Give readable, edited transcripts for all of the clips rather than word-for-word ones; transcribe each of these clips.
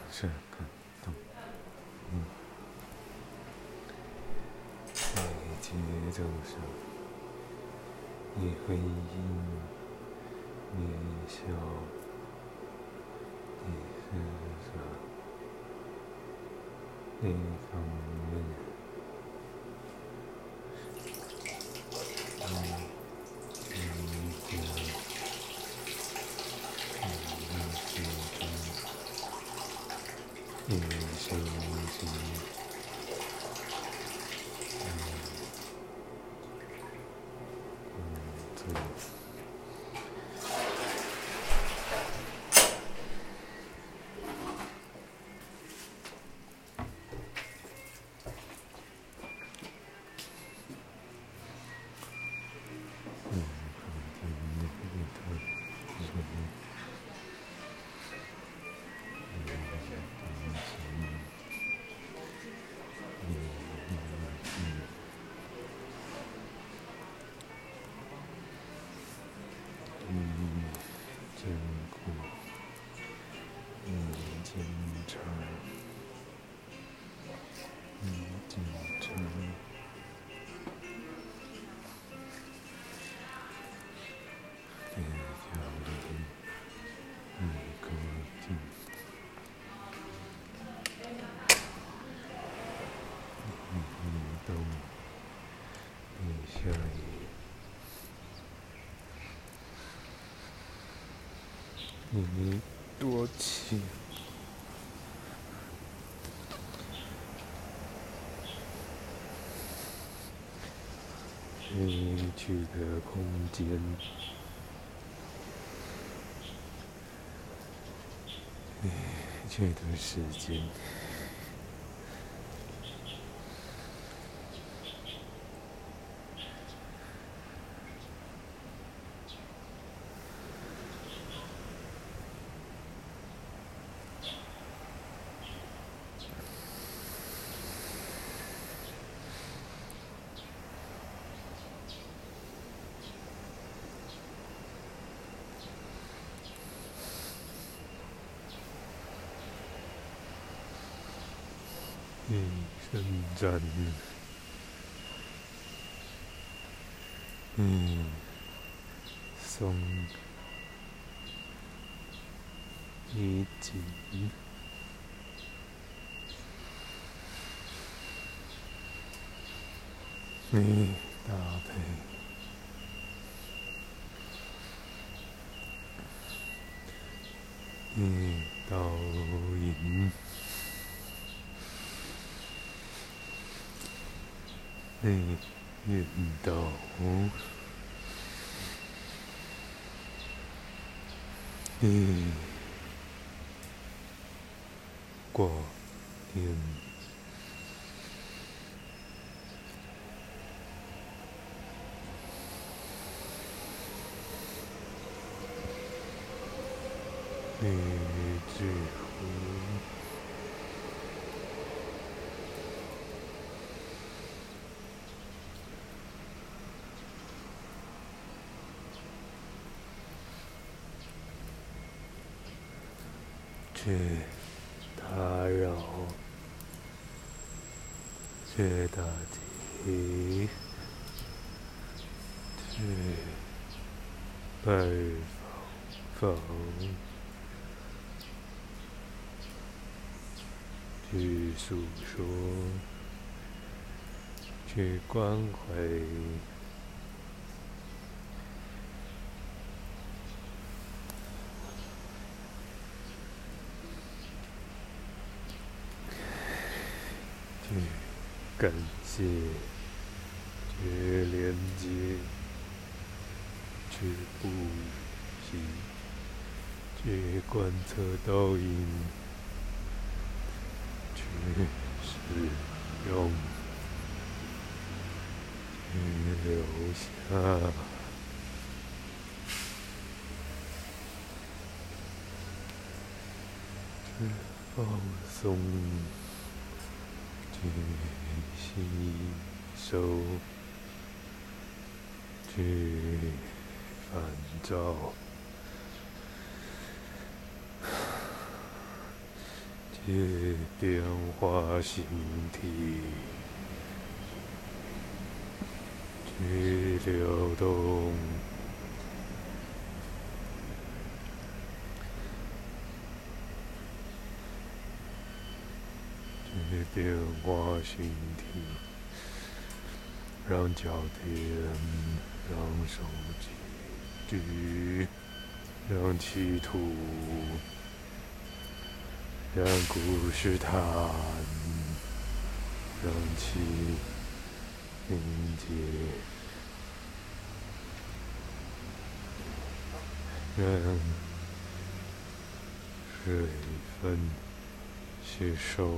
是感动。在节奏上，你回应，你笑，你施舍，你放任，你理解。你深情，对。坚固，坚强，坚强，别掉泪，高兴，动，下雨。你多情，你去的空间，你去的时间，你伸展，松，你紧，你搭配，你导引，你引导，你挂念，你指挥，却打扰，却打击，却拜访，去诉说，去关怀，去感谢，去连接，去呼吸，去观测倒影，去使用，去留下，去放松，去吸收，去反照，去界变化形体，去流动，去变化形体，让脚垫，让手举，让企图。让故事谈，让情节，让水分吸收，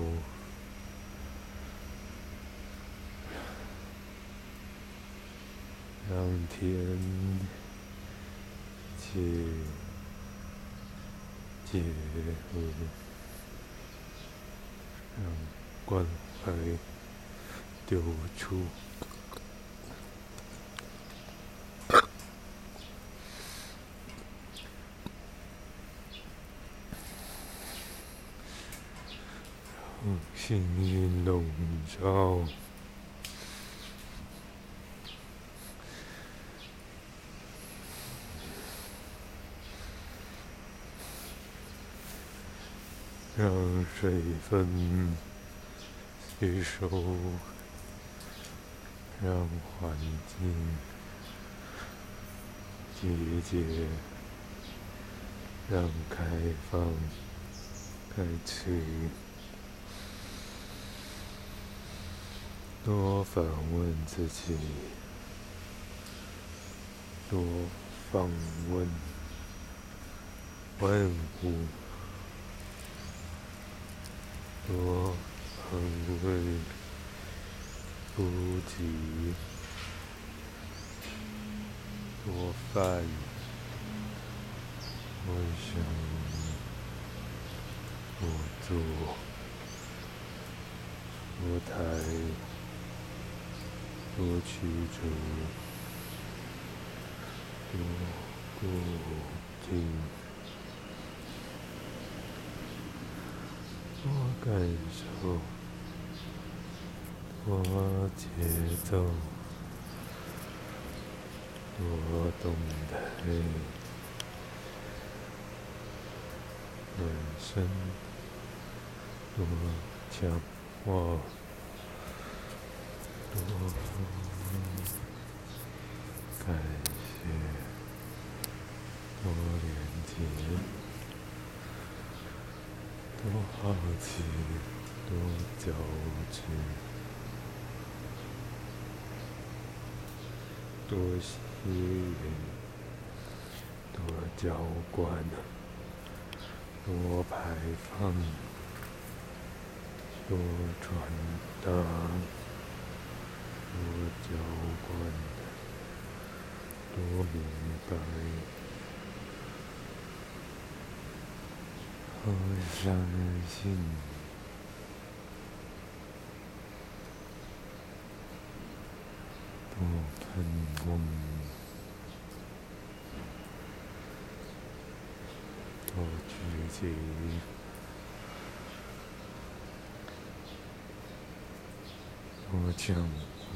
让天结合。让关怀丢出，让幸运笼罩，让水分吸收，让环境结，让开放开启，多反问自己，多访问万物。多恒温不及，多饭，多想，多做，多抬，多曲折，多固定。多感受，多节奏，多动态，暖身，多强化，多感谢，多连接。多好奇，多交织，多吸引，多浇灌，多排放，多传达，多浇灌，多明白。多相信，多盼望，多聚集，多强化，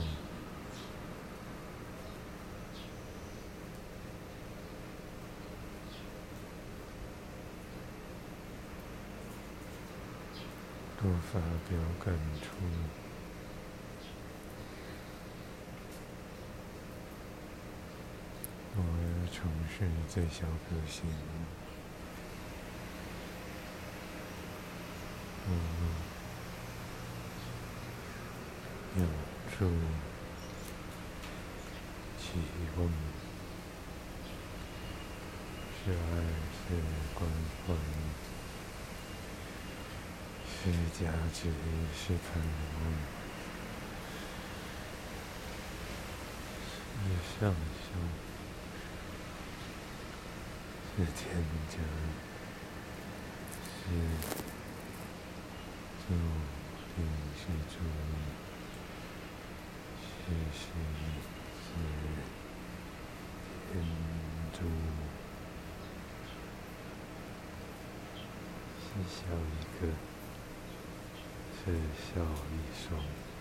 多发表感触，多尝试最小可行，养出期望，是爱，是关怀。是价值，是盼望，是上升，是添加，是助力，是注意，是天助，是小一个。 笑一双。